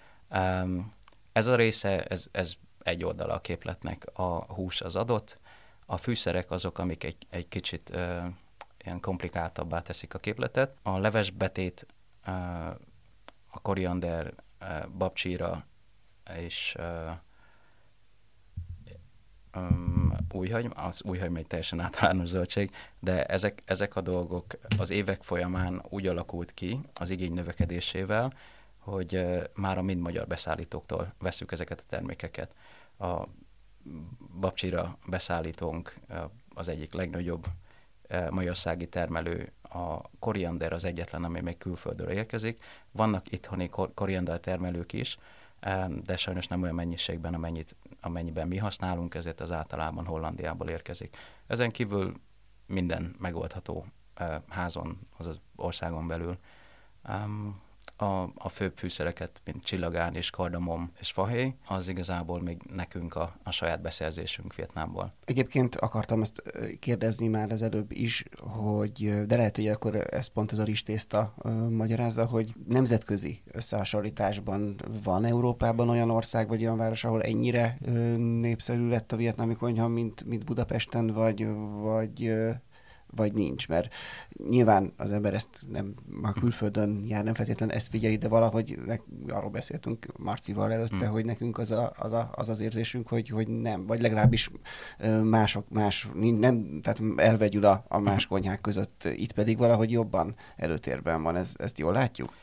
Um, ez a része, ez, ez egy oldala a képletnek, a hús az adott, a fűszerek azok, amik egy, egy kicsit uh, ilyen komplikáltabbá teszik a képletet. A levesbetét, uh, a koriander, uh, babcsíra és uh, um, újhagyma, az újhagyma egy teljesen általános zöldség, de ezek, ezek a dolgok az évek folyamán úgy alakult ki az igény növekedésével, hogy uh, már a mind magyar beszállítóktól vesszük ezeket a termékeket. A babcsíra beszállítónk uh, az egyik legnagyobb uh, magyarországi termelő, a koriander az egyetlen, ami még külföldről érkezik. Vannak itthoni kor- koriander termelők is, de sajnos nem olyan mennyiségben, amennyit, amennyiben mi használunk, ezért az általában Hollandiából érkezik. Ezen kívül minden megoldható házon, azaz országon belül. A, a főbb fűszereket, mint csillagán és kardamom és fahéj, az igazából még nekünk a, a saját beszerzésünk Vietnámból. Egyébként akartam ezt kérdezni már az előbb is, hogy, de lehet, hogy akkor ez pont ez a rizstészta magyarázza, hogy nemzetközi összehasonlításban van Európában olyan ország vagy olyan város, ahol ennyire népszerű lett a vietnámi konyha, mint, mint Budapesten, vagy, vagy vagy nincs, mert nyilván az ember ezt nem a külföldön jár, nem feltétlenül ezt figyeli, de valahogy ne, arról beszéltünk Marcival előtte, hmm. hogy nekünk az, a, az, a, az az érzésünk, hogy, hogy nem, vagy legalábbis mások, más, nem, tehát elvegyül a, a más konyhák között, itt pedig valahogy jobban előtérben van, ez, ezt jól látjuk?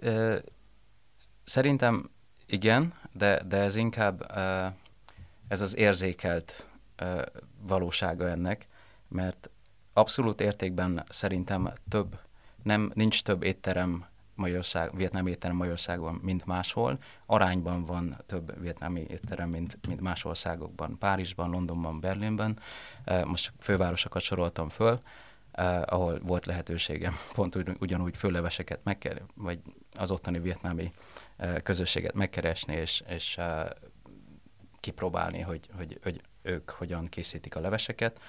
Szerintem igen, de, de ez inkább ez az érzékelt valósága ennek, mert abszolút értékben szerintem több, nem, nincs több étterem Magyarország, vietnámi étterem Magyarországon, mint máshol. Arányban van több vietnámi étterem, mint, mint más országokban. Párizsban, Londonban, Berlinben. Most fővárosokat soroltam föl, ahol volt lehetőségem pont ugyanúgy főleveseket megkeresni, vagy az ottani vietnámi közösséget megkeresni, és, és kipróbálni, hogy, hogy, hogy ők hogyan készítik a leveseket.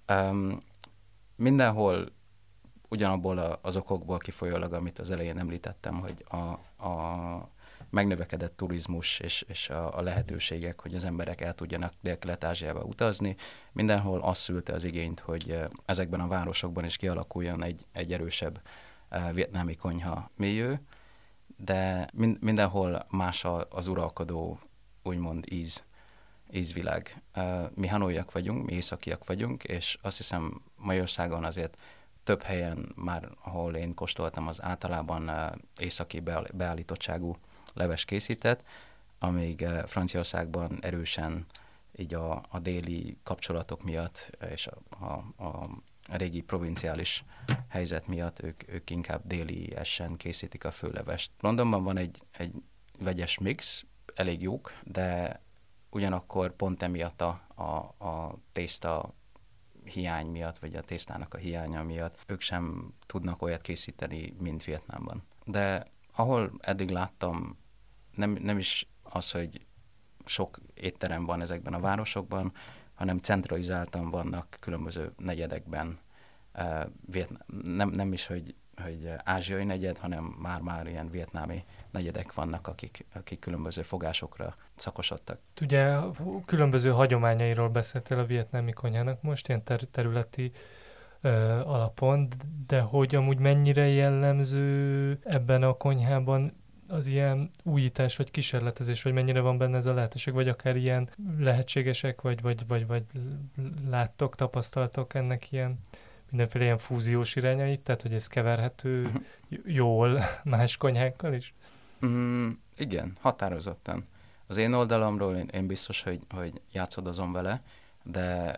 Mindenhol ugyanabból az okokból kifolyólag, amit az elején említettem, hogy a, a megnövekedett turizmus és, és a, a lehetőségek, hogy az emberek el tudjanak Dél-Kelet-Ázsiába utazni, mindenhol azt szülte az igényt, hogy ezekben a városokban is kialakuljon egy, egy erősebb vietnámi konyha mélyő, de mind, mindenhol más az uralkodó, úgymond íz. ízvilág. Mi hanoiak vagyunk, mi északiak vagyunk, és azt hiszem Magyarországon azért több helyen már, ahol én kóstoltam, az általában északi beállítottságú leves készített, amíg Franciaországban erősen így a, a déli kapcsolatok miatt és a, a, a régi provinciális helyzet miatt ők, ők inkább déli essen készítik a főlevest. Londonban van egy, egy vegyes mix, elég jók, de ugyanakkor pont emiatt a, a, a tészta hiány miatt, vagy a tésztának a hiánya miatt ők sem tudnak olyat készíteni, mint Vietnámban. De ahol eddig láttam, nem, nem is az, hogy sok étterem van ezekben a városokban, hanem centralizáltan vannak különböző negyedekben. Uh, Vietnám, nem, nem is, hogy, hogy ázsiai negyed, hanem már-már ilyen vietnámi negyedek vannak, akik, akik különböző fogásokra szakosodtak. Ugye különböző hagyományairól beszéltél a vietnámi konyhának most, ilyen ter- területi ö, alapon, de hogy amúgy mennyire jellemző ebben a konyhában az ilyen újítás vagy kísérletezés, vagy mennyire van benne ez a lehetőség, vagy akár ilyen lehetségesek, vagy, vagy, vagy, vagy láttok, tapasztaltok ennek ilyen mindenféle ilyen fúziós irányait, tehát hogy ez keverhető uh-huh. jól más konyhákkal is? Mm, igen, határozottan. Az én oldalamról én, én biztos, hogy, hogy játszadozom vele, de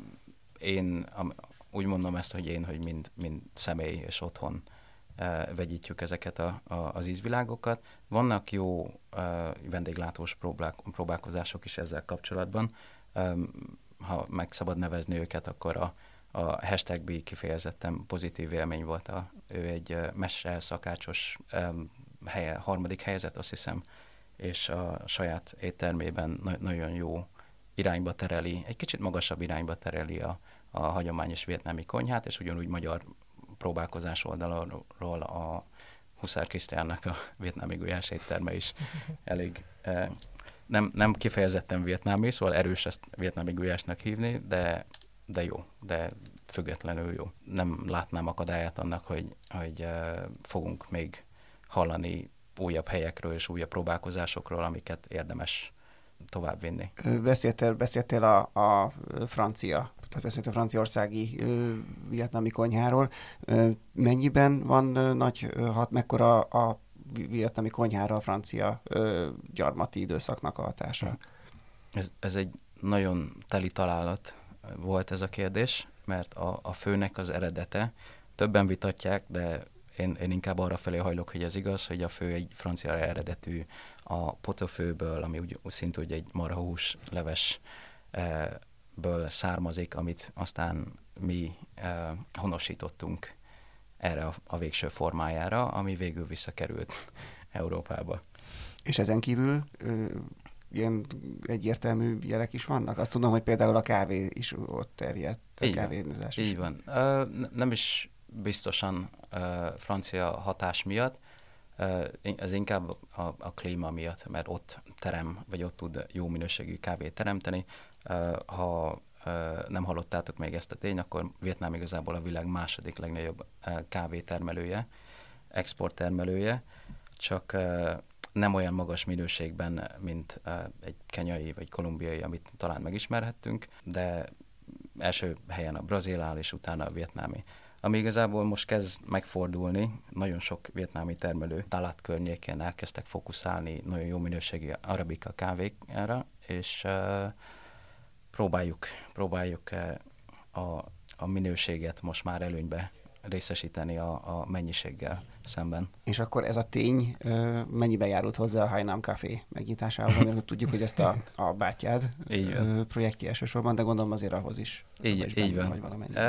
én úgy mondom ezt, hogy én, hogy mind, mind személy és otthon uh, vegyítjük ezeket a, a, az ízvilágokat. Vannak jó uh, vendéglátós próbál, próbálkozások is ezzel kapcsolatban. Um, ha meg szabad nevezni őket, akkor a A hashtag B kifejezetten pozitív élmény volt. A, ő egy uh, mese szakácsos um, helye, harmadik helyzet, azt hiszem, és a saját éttermében na- nagyon jó irányba tereli, egy kicsit magasabb irányba tereli a, a hagyományos vietnámi konyhát, és ugyanúgy magyar próbálkozás oldalról a Huszár Krisztiánnak a vietnámi gulyás étterme is elég... Uh, nem, nem kifejezetten vietnámi, szóval erős ezt vietnámi gulyásnak hívni, de de jó, de függetlenül jó. Nem látnám akadályát annak, hogy, hogy uh, fogunk még hallani újabb helyekről és újabb próbálkozásokról, amiket érdemes továbbvinni. Beszéltél, beszéltél a, a francia, tehát beszéltél a franciaországi ö, vietnámi konyháról. Ö, mennyiben van ö, nagy, ö, hat, mekkora a vietnámi konyhára a francia ö, gyarmati időszaknak a hatása? Ez, ez egy nagyon teli találat volt ez a kérdés, mert a, a főnek az eredete, többen vitatják, de én, én inkább arra felé hajlok, hogy ez igaz, hogy a fő egy francia eredetű a potofőből, ami úgy, szintúgy úgy egy marhahús levesből származik, amit aztán mi eh, honosítottunk erre a, a végső formájára, ami végül visszakerült Európába. És ezen kívül ö, ilyen egyértelmű jelek is vannak? Azt tudom, hogy például a kávé is ott terjedt, a Így kávézás van. is. Így van. Ö, nem is biztosan ö, francia hatás miatt, ö, ez inkább a, a klíma miatt, mert ott terem, vagy ott tud jó minőségű kávét teremteni. Ö, ha ö, nem hallottátok még ezt a tény, akkor Vietnám igazából a világ második legnagyobb ö, kávétermelője, exporttermelője, csak ö, nem olyan magas minőségben, mint uh, egy kenyai vagy kolumbiai, amit talán megismerhettünk, de első helyen a brazil áll, és utána a vietnámi. Ami igazából most kezd megfordulni, nagyon sok vietnámi termelő Talat környékén elkezdtek fókuszálni nagyon jó minőségű arabika kávékra, és uh, próbáljuk, próbáljuk uh, a, a minőséget most már előnybe részesíteni a, a mennyiséggel szemben. És akkor ez a tény ö, mennyibe járult hozzá a Hainam Café megnyitásához, mert tudjuk, hogy ezt a, a bátyád ö, projektje elsősorban, de gondolom azért ahhoz is. Így, is így van.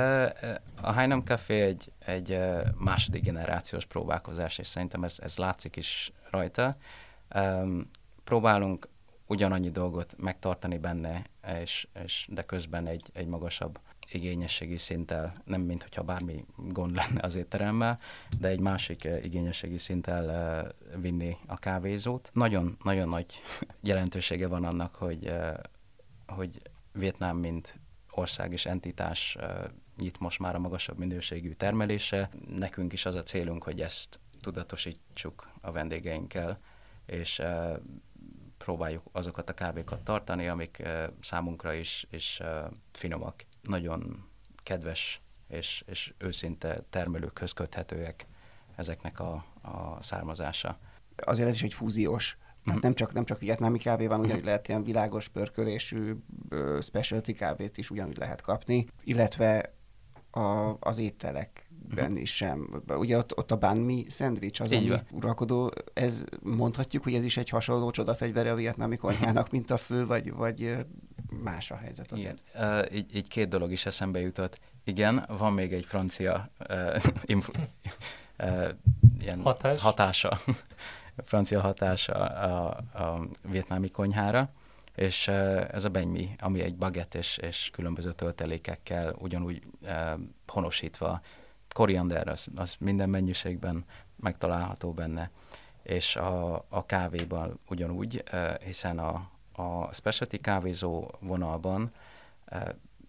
A Hainam Café egy, egy második generációs próbálkozás, és szerintem ez, ez látszik is rajta. Um, próbálunk ugyanannyi dolgot megtartani benne, és, és de közben egy, egy magasabb igényességi szinttel, nem mint hogyha bármi gond lenne az étteremmel, de egy másik igényességi szinttel vinni a kávézót. Nagyon, nagyon nagy jelentősége van annak, hogy, hogy Vietnám, mint ország és entitás nyit most már a magasabb minőségű termelésre. Nekünk is az a célunk, hogy ezt tudatosítsuk a vendégeinkkel, és próbáljuk azokat a kávékat tartani, amik számunkra is, is finomak. Nagyon kedves és, és őszinte termelőkhöz köthetőek ezeknek a, a származása. Azért ez is egy fúziós. Hát nem csak, nem csak vietnámi kávé van, ugyanúgy lehet ilyen világos pörkölésű uh, specialty kávét is ugyanúgy lehet kapni, illetve a, az ételekben is sem. Ugye ott, ott a banh mi szendvics az, ami uralkodó. Ez mondhatjuk, hogy ez is egy hasonló csodafegyvere a vietnámi konyhának, mint a fő, vagy, vagy más a helyzet azért? Igen. Uh, így, így két dolog is eszembe jutott. Igen, van még egy francia uh, influ- uh, ilyen Hatás. hatása, francia hatása a, a vietnámi konyhára, és uh, ez a banh mi, ami egy baguette és, és különböző töltelékekkel ugyanúgy uh, honosítva. Koriander, az, az minden mennyiségben megtalálható benne, és a, a kávéban ugyanúgy, uh, hiszen a a specialty kávézó vonalban eh,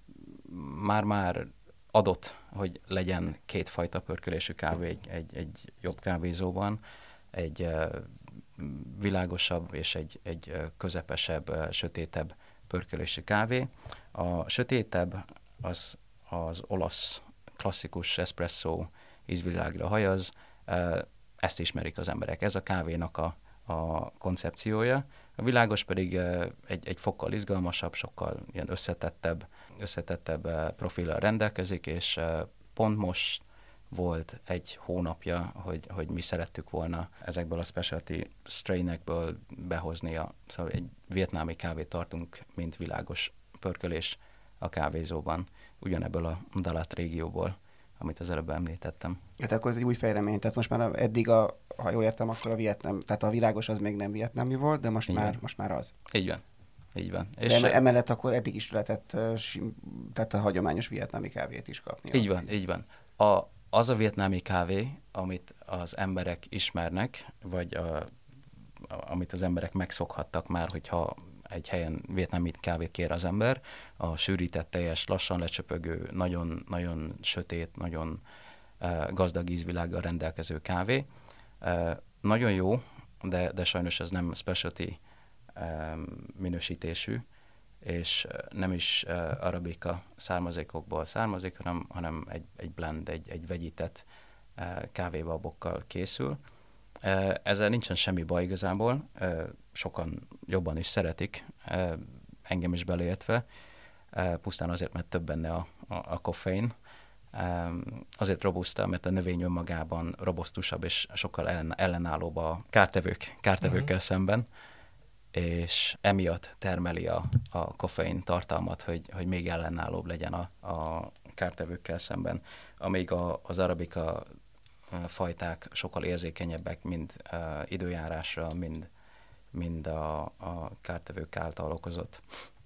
már-már adott, hogy legyen kétfajta pörkölésű kávé egy, egy, egy jobb kávézóban, egy eh, világosabb és egy, egy eh, közepesebb, eh, sötétebb pörkölésű kávé. A sötétebb az az olasz klasszikus espresso ízvilágra hajaz, eh, ezt ismerik az emberek. Ez a kávénak a, a koncepciója. A világos pedig egy, egy fokkal izgalmasabb, sokkal ilyen összetettebb, összetettebb profillal rendelkezik, és pont most volt egy hónapja, hogy, hogy mi szerettük volna ezekből a specialty strainekből behozni, a, szóval egy vietnámi kávét tartunk, mint világos pörkölés a kávézóban, ugyanebből a Dalat régióból, amit az előbb említettem. Hát akkor ez egy új fejlemény, tehát most már eddig, a, ha jól értem, akkor a vietnám, tehát a világos az még nem vietnámi volt, de most, már, most már az. Így van. Így van. De és emellett akkor eddig is lehetett tehát a hagyományos vietnámi kávét is kapni. Így van, így van. A, az a vietnámi kávé, amit az emberek ismernek, vagy a, a, amit az emberek megszokhattak már, hogyha egy helyen vietnámi kávét kér az ember, a sűrített, teljes, lassan lecsöpögő, nagyon, nagyon sötét, nagyon uh, gazdag ízvilággal rendelkező kávé. Uh, nagyon jó, de, de sajnos ez nem specialty um, minősítésű, és nem is uh, arabika származékokból származik, hanem, hanem egy, egy blend, egy, egy vegyített uh, kávébabokkal készül. Uh, ezzel nincsen semmi baj igazából, uh, sokan jobban is szeretik, uh, engem is beleértve, uh, pusztán azért, mert több benne a, a, a koffein, Azért robuszta, mert a növény önmagában robusztusabb és sokkal ellen, ellenállóbb a kártevők, kártevőkkel uh-huh. szemben, és emiatt termeli a, a koffein tartalmat, hogy, hogy még ellenállóbb legyen a, a kártevőkkel szemben. Amíg a, az arabika fajták sokkal érzékenyebbek, mind uh, időjárásra, mind, mind a, a kártevők által okozott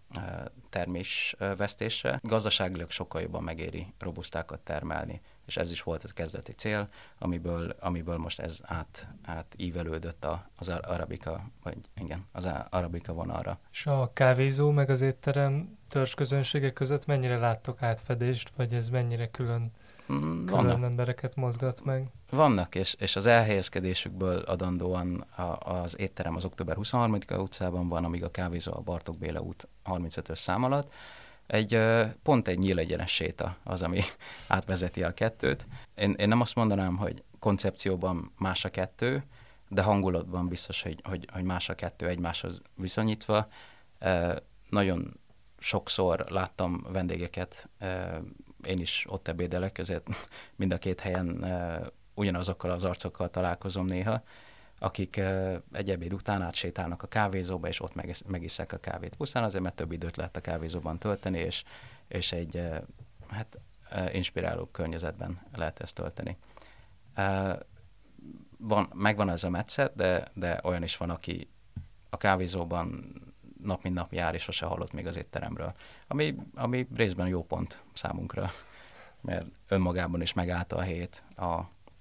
termésvesztésre. Gazdaságilag sokkal jobban megéri robusztákat termelni, és ez is volt az kezdeti cél, amiből, amiből most ez át, átívelődött a, az arabika, vagy igen, az arabika vonalra. És a kávézó meg az étterem törzsközönségek között mennyire láttok átfedést, vagy ez mennyire külön, külön Vannak. embereket mozgat meg? Vannak, és, és az elhelyezkedésükből adandóan a, az étterem az október huszonharmadika utcában van, amíg a kávézó a Bartók Béla út harmincötös szám alatt. Egy, pont egy nyílegyenes séta az, ami átvezeti a kettőt. Én, én nem azt mondanám, hogy koncepcióban más a kettő, de hangulatban biztos, hogy, hogy, hogy más a kettő egymáshoz viszonyítva. E, nagyon sokszor láttam vendégeket, e, én is ott ebédelek, ezért mind a két helyen e, ugyanazokkal az arcokkal találkozom néha, akik uh, egy ebéd után átsétálnak a kávézóba, és ott meg, megisszák a kávét. Pusztán azért, mert több időt lehet a kávézóban tölteni, és, és egy uh, hát, uh, inspiráló környezetben lehet ezt tölteni. Uh, van, megvan ez a metszet, de, de olyan is van, aki a kávézóban nap mint nap jár, és sose hallott még az étteremről. Ami, ami részben jó pont számunkra, mert önmagában is megállta a helyét a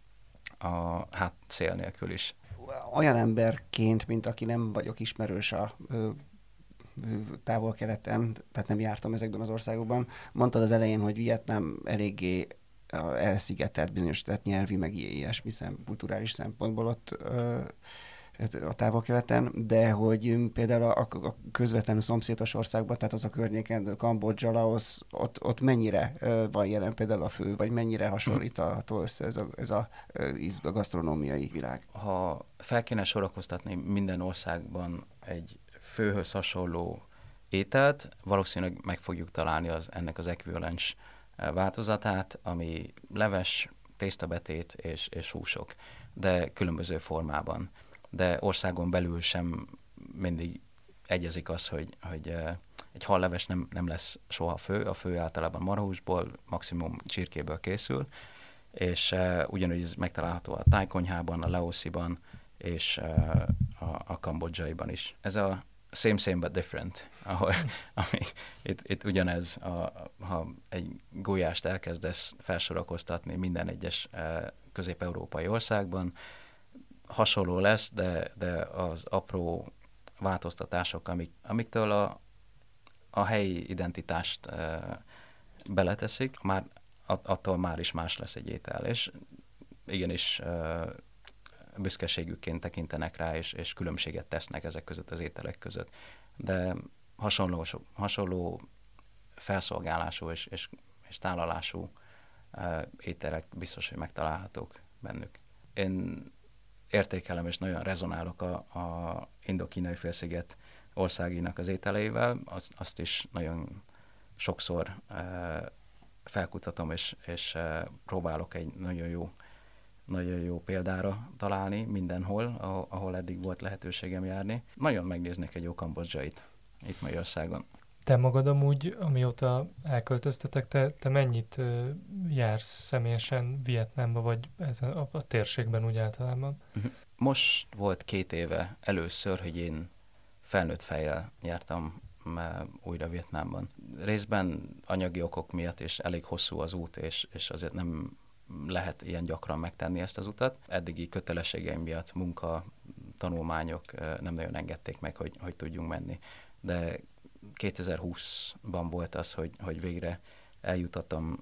a hát cél nélkül is. Olyan emberként, mint aki nem vagyok ismerős a ö, távol-keleten, tehát nem jártam ezekben az országokban, mondtad az elején, hogy Vietnám eléggé elszigetelt bizonyos, tehát nyelvi, meg ilyesmi szem, kulturális szempontból ott ö, a távol-keleten, de hogy például a, a közvetlenül szomszédos országban, tehát az a környéken, Kambodzsa, Laosz, ott, ott mennyire van jelen például a fő, vagy mennyire hasonlítható össze ez a, ez a, a gasztronómiai világ? Ha fel kéne sorakoztatni minden országban egy főhöz hasonló ételt, valószínűleg meg fogjuk találni az, ennek az ekvivalens változatát, ami leves, tésztabetét és, és húsok, de különböző formában. De országon belül sem mindig egyezik az, hogy, hogy egy halleves nem, nem lesz soha fő, a fő általában marhahúsból, maximum csirkéből készül, és uh, ugyanúgy ez megtalálható a tájkonyhában, a laosziban, és uh, a, a kambodzsaiban is. Ez a same, same, but different, ahol, ami, itt, itt ugyanez, a, ha egy gulyást elkezdesz felsorakoztatni minden egyes uh, közép-európai országban, hasonló lesz, de, de az apró változtatások, amik, amiktől a, a helyi identitást e, beleteszik, már, attól már is más lesz egy étel, és igenis e, büszkeségükként tekintenek rá, és, és különbséget tesznek ezek között az ételek között. De hasonló, hasonló felszolgálású és, és, és tálalású e, ételek biztos, hogy megtalálhatók bennük. Én értékelem, és nagyon rezonálok a, a Indokínai félsziget országinak az ételeivel, az, azt is nagyon sokszor e, felkutatom, és, és e, próbálok egy nagyon jó, nagyon jó példára találni mindenhol, ahol, ahol eddig volt lehetőségem járni. Nagyon megnéznek egy jó kambodzsait itt Magyarországon. Te magad amúgy, amióta elköltöztetek, te, te mennyit uh, jársz személyesen Vietnámba, vagy ezen a, a térségben úgy általában? Most volt két éve először, hogy én felnőtt fejjel jártam újra Vietnámban. Részben anyagi okok miatt, és elég hosszú az út, és, és azért nem lehet ilyen gyakran megtenni ezt az utat. Eddigi kötelességeim miatt munka, tanulmányok nem nagyon engedték meg, hogy, hogy tudjunk menni. De kétezer-húszban volt az, hogy, hogy végre eljutottam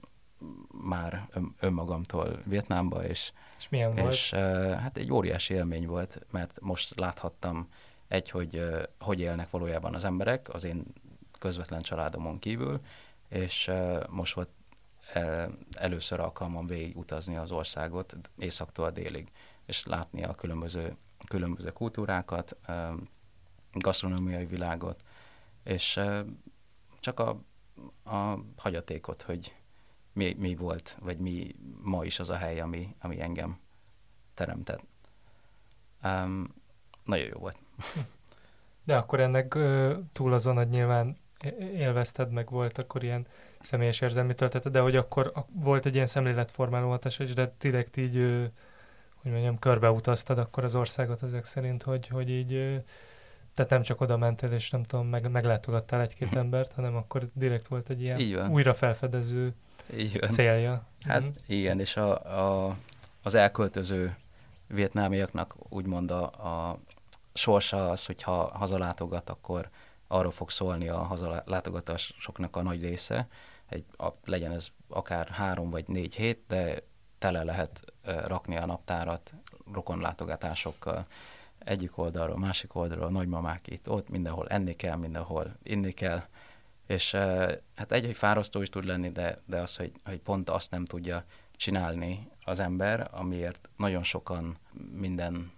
már ön, önmagamtól Vietnámba, és, és milyen volt? És, uh, hát egy óriási élmény volt, mert most láthattam egy, hogy uh, hogy élnek valójában az emberek, az én közvetlen családomon kívül, és uh, most volt uh, először alkalmam végig utazni az országot északtól délig, és látni a különböző, különböző kultúrákat, uh, gasztronómiai világot, és uh, csak a, a hagyatékot, hogy mi, mi volt, vagy mi ma is az a hely, ami, ami engem teremtett. Um, nagyon jó volt. De akkor ennek ö, túl azon, hogy nyilván élvezted, meg volt akkor ilyen személyes érzelmi töltete, de hogy akkor a, volt egy ilyen szemléletformáló hatása is, de direkt így, ö, hogy mondjam, körbeutaztad akkor az országot ezek szerint, hogy, hogy így, ö, tehát nem csak oda mentél, és nem tudom, meg, meglátogattál egy-két embert, hanem akkor direkt volt egy ilyen újra felfedező célja. Hát mm. igen, és a, a, az elköltöző vietnámiaknak úgymond a, a sorsa az, hogyha hazalátogat, akkor arról fog szólni a hazalátogatásoknak a nagy része, egy, a, legyen ez akár három vagy négy hét, de tele lehet uh, rakni a naptárat rokonlátogatásokkal, egyik oldalról, másik oldalról, nagymamák itt, ott mindenhol enni kell, mindenhol inni kell, és uh, hát egy, hogy fárasztó is tud lenni, de, de az, hogy, hogy pont azt nem tudja csinálni az ember, amiért nagyon sokan minden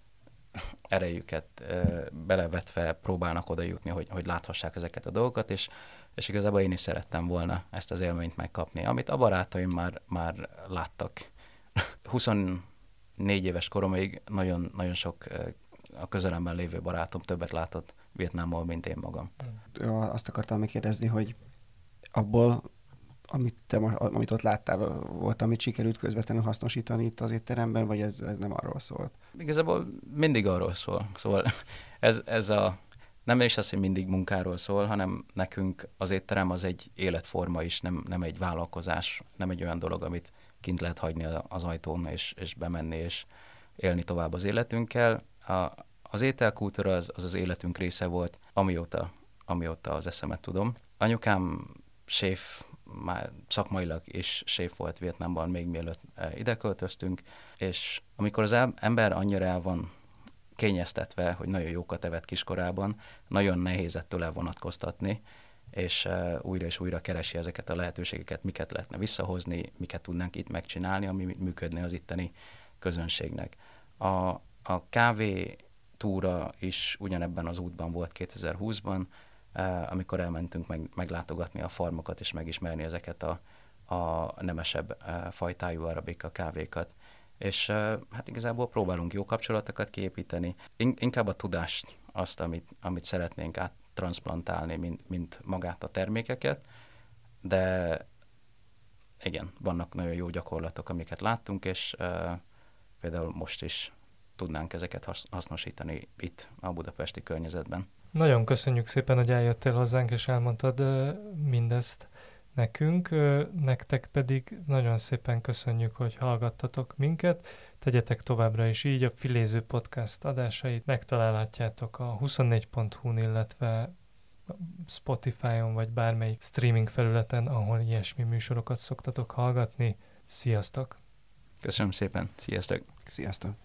erejüket uh, belevetve próbálnak oda jutni, hogy, hogy láthassák ezeket a dolgokat, és, és igazából én is szerettem volna ezt az élményt megkapni, amit a barátaim már, már láttak. huszonnégy éves koromig nagyon, nagyon sok uh, a közelemben lévő barátom többet látott Vietnámból, mint én magam. Azt akartam megkérdezni, hogy abból, amit, te, amit ott láttál, volt, amit sikerült közvetlenül hasznosítani itt az étteremben, vagy ez, ez nem arról szólt? Igazából mindig arról szól. Szóval ez, ez a, nem is az, hogy mindig munkáról szól, hanem nekünk az étterem az egy életforma is, nem, nem egy vállalkozás, nem egy olyan dolog, amit kint lehet hagyni az ajtón, és, és bemenni, és élni tovább az életünkkel. A, az ételkultúra az, az az életünk része volt, amióta, amióta az eszemet tudom. Anyukám séf, már szakmailag is séf volt Vietnámban, még mielőtt ide költöztünk, és amikor az ember annyira el van kényeztetve, hogy nagyon jókat evett kiskorában, nagyon nehéz ettől elvonatkoztatni, és uh, újra és újra keresi ezeket a lehetőségeket, miket lehetne visszahozni, miket tudnánk itt megcsinálni, ami működne az itteni közönségnek. A, a kávé túra is ugyanebben az útban volt kétezer-húszban, uh, amikor elmentünk meg, meglátogatni a farmokat, és megismerni ezeket a, a nemesebb uh, fajtájú arabika kávékat. És uh, hát igazából próbálunk jó kapcsolatokat kiépíteni, In- inkább a tudást, azt, amit, amit szeretnénk áttranszplantálni, mint, mint magát a termékeket, de igen, vannak nagyon jó gyakorlatok, amiket láttunk, és uh, például most is tudnánk ezeket hasznosítani itt a budapesti környezetben. Nagyon köszönjük szépen, hogy eljöttél hozzánk, és elmondtad uh, mindezt nekünk, uh, nektek pedig nagyon szépen köszönjük, hogy hallgattatok minket. Tegyetek továbbra is így, a Filéző Podcast adásait megtalálhatjátok a huszonnégy pont hu-n, illetve Spotify-on, vagy bármelyik streaming felületen, ahol ilyesmi műsorokat szoktatok hallgatni. Sziasztok! Köszönöm szépen, sziasztok! Sziasztok!